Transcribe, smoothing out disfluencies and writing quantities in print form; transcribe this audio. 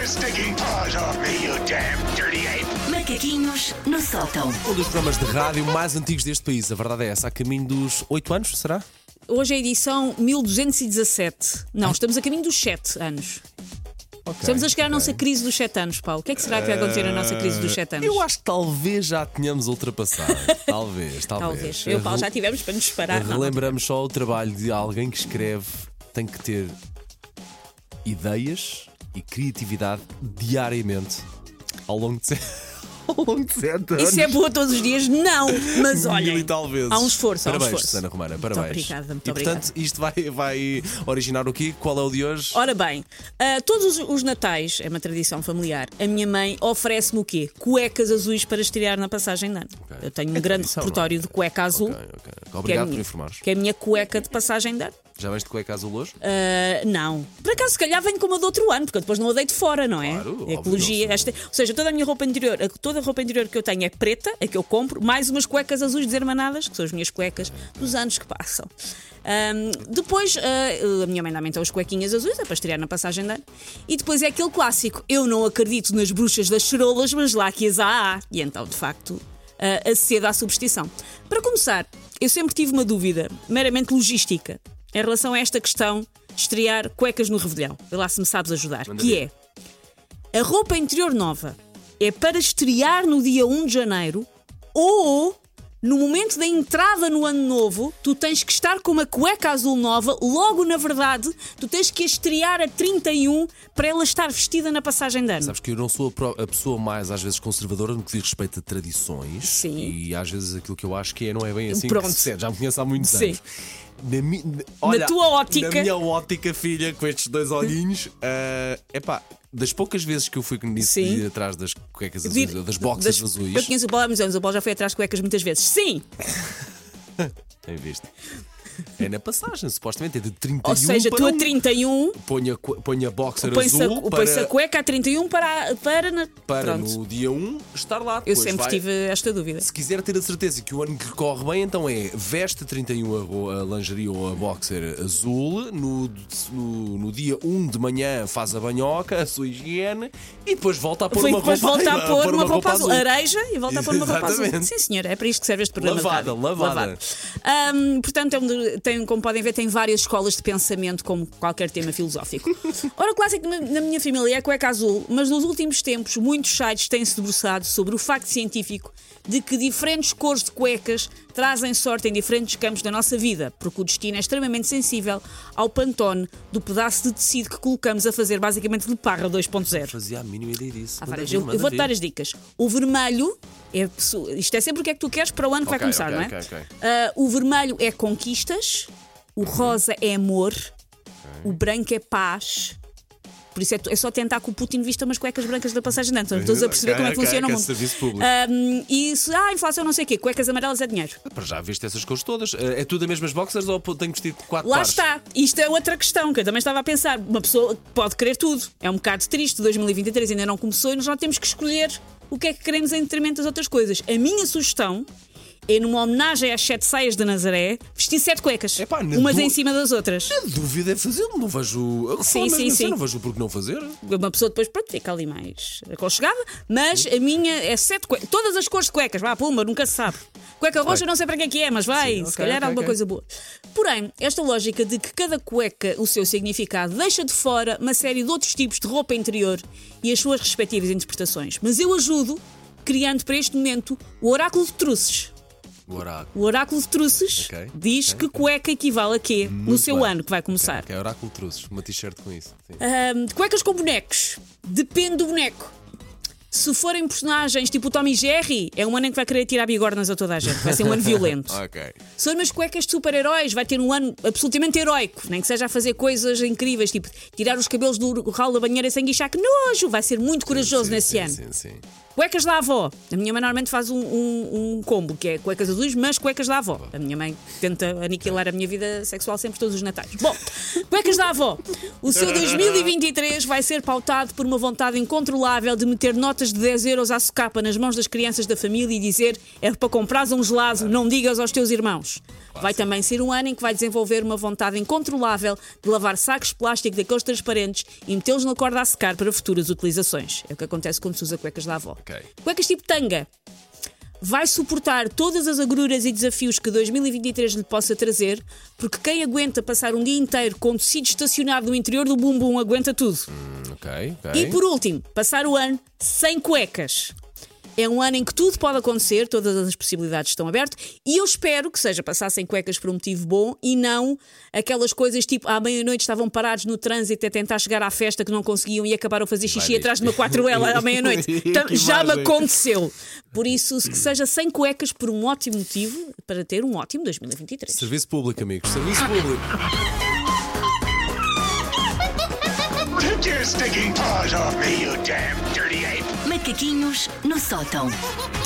stinking paws off me, you damn dirty ape! Macaquinhos no sótão. Um dos programas de rádio mais antigos deste país. A verdade é essa. A caminho dos 8 anos, será? Hoje é a edição 1217. Não, estamos a caminho dos 7 anos. Estamos a chegar à nossa crise dos 7 anos, Paulo. O que é que será que vai acontecer na nossa crise dos 7 anos? Eu acho que talvez já tenhamos ultrapassado. Talvez. Eu e o Paulo já tivemos para nos separar. Relembramos só o trabalho de alguém que escreve. Tem que ter ideias e criatividade diariamente ao longo de 7 anos. Isso é boa todos os dias? Não, mas olha, E tal vezes. há um esforço. Parabéns, Susana Romana, parabéns. Muito e obrigada. portanto, isto vai originar o quê? Qual é o de hoje? Ora bem, todos os natais, é uma tradição familiar, a minha mãe oferece-me o quê? Cuecas azuis para estrear na passagem de ano. Ok. Eu tenho um grande tradição, repertório não é? de cueca azul, Ok. que, é Obrigado a por minha, informares. que é a minha cueca de passagem de ano. Já vens de cueca azul hoje? Não. Por acaso, se calhar venho como a do outro ano, porque eu depois não a deito fora, não é? Claro, A ecologia. óbvio. Ou seja, toda a minha roupa interior, toda a roupa interior que eu tenho é preta, a que eu compro, mais umas cuecas azuis desarmanadas, que são as minhas cuecas dos anos que passam. Depois, a minha mãe dá-me então as cuequinhas azuis, é para estrear na passagem de ano. E depois é aquele clássico: eu não acredito nas bruxas das cerolas, mas lá que as há. E então, de facto, acedo à superstição. Para começar, eu sempre tive uma dúvida, meramente logística, em relação a esta questão de estrear cuecas no Revelhão. Vê lá se me sabes ajudar. Manda Que ver. é: a roupa interior nova é para estrear no dia 1 de janeiro ou no momento da entrada no ano novo tu tens que estar com uma cueca azul nova, logo na verdade tu tens que a estrear a 31 para ela estar vestida na passagem de ano. Sabes que eu não sou a pessoa mais, às vezes, conservadora no que diz respeito a tradições. Sim. E às vezes aquilo que eu acho que não é bem assim Pronto. que se sente. Já me conheço há muitos Sim. anos. Olha, tua ótica. Na minha ótica, filha, com estes dois olhinhos, das poucas vezes que eu fui nisso Sim. de ir atrás das cuecas azuis, ou das boxers azuis. Eu conheço o Paulo há muitos anos, o Paulo já foi atrás de cuecas muitas vezes. Sim! Tem visto? É na passagem, supostamente é de 31 Ou seja, para tu a 1. 31 Põe a boxer põe-se azul a cueca a 31 para para pronto. no dia 1 estar lá. Eu Depois sempre vai- tive esta dúvida. Se quiser ter a certeza que o ano que lhe corre bem, então veste 31 a lingerie ou a boxer azul, no dia 1 de manhã faz a banhoca, a sua higiene e depois volta a pôr uma roupa Depois volta a pôr uma roupa azul. azul. Areja e volta a pôr uma roupa azul. Exatamente. Sim, senhora, é para isto que serve este programa. de Lavada, rádio. lavada. Portanto, como podem ver, tem várias escolas de pensamento, como qualquer tema filosófico. Ora, o clássico na minha família é a cueca azul, mas nos últimos tempos muitos sites têm-se debruçado sobre o facto científico de que diferentes cores de cuecas trazem sorte em diferentes campos da nossa vida, porque o destino é extremamente sensível ao pantone do pedaço de tecido que colocamos a fazer basicamente de parra 2.0. Fazia a mínima ideia disso. Há Manda várias. vir, Eu manda vou-te vir. dar as dicas. O vermelho isto é sempre o que é que tu queres para o ano que vai Ok, começar, ok, não é? ok. O vermelho é conquistas, o rosa é amor, o branco é paz. Por isso é só tentar que o Putin vista umas cuecas brancas da passagem de ano. Estás a perceber como é que funciona o mundo. Serviço público. E se há inflação não sei o quê, cuecas amarelas é dinheiro. Para já viste essas cores todas. É tudo as mesmas boxers ou tenho vestido de 4 Lá pares? está. Isto é outra questão que eu também estava a pensar. Uma pessoa pode querer tudo. É um bocado triste. 2023 ainda não começou e nós já temos que escolher o que é que queremos em detrimento das outras coisas. A minha sugestão é, numa homenagem às 7 saias de Nazaré, vestir 7 cuecas. Epá, umas em cima das outras. A dúvida é fazê-lo, não vejo. Sim, sim. Não vejo por que não fazer. Uma pessoa depois, pronto, fica ali mais aconchegada. Mas a minha é 7 cuecas. Todas as cores de cuecas. Vá, pumba, nunca se sabe. Cueca roxa, não sei para que é, mas vai. Sim, se ok, calhar ok, alguma ok. coisa boa. Porém, esta lógica de que cada cueca, o seu significado, deixa de fora uma série de outros tipos de roupa interior e as suas respectivas interpretações. Mas eu ajudo criando para este momento o oráculo de Truces. O oráculo. O oráculo de Truces Ok, diz ok, que cueca equivale a quê no Muito seu bem. ano que vai começar. Ok, oráculo trouxe uma t-shirt com isso. Sim. Cuecas com bonecos. Depende do boneco. Se forem personagens tipo o Tom e Jerry, é um ano em que vai querer tirar bigornas a toda a gente. Vai ser um ano violento. Ok. Se forem umas cuecas de super-heróis, vai ter um ano absolutamente heroico. Nem que seja a fazer coisas incríveis, tipo tirar os cabelos do ralo da banheira sem guichar, que nojo! Vai ser muito corajoso Sim, nesse sim, ano. Sim. Cuecas da avó. A minha mãe normalmente faz um combo, que é cuecas azuis, mas cuecas da avó. A minha mãe tenta aniquilar a minha vida sexual sempre todos os natais. Bom, cuecas da avó. O seu 2023 vai ser pautado por uma vontade incontrolável de meter notas de 10 euros à socapa nas mãos das crianças da família e dizer: é para comprares um gelado, não digas aos teus irmãos. Vai também ser um ano em que vai desenvolver uma vontade incontrolável de lavar sacos de plástico daqueles transparentes e metê-los na corda a secar para futuras utilizações. É o que acontece quando se usa cuecas da avó. Ok. Cuecas tipo tanga. Vai suportar todas as agruras e desafios que 2023 lhe possa trazer, porque quem aguenta passar um dia inteiro com tecido estacionado no interior do bumbum aguenta tudo. Ok. E por último, passar o ano sem cuecas. É um ano em que tudo pode acontecer, todas as possibilidades estão abertas e eu espero que seja passar sem cuecas por um motivo bom e não aquelas coisas tipo à meia-noite estavam parados no trânsito a tentar chegar à festa que não conseguiam e acabaram a fazer xixi atrás de uma 4L à meia-noite. Já me aconteceu. Por isso, que seja sem cuecas por um ótimo motivo para ter um ótimo 2023. Serviço público, amigos. Serviço público. Take your stinking paws off me, you damn dirty ape! Macaquinhos no sótão.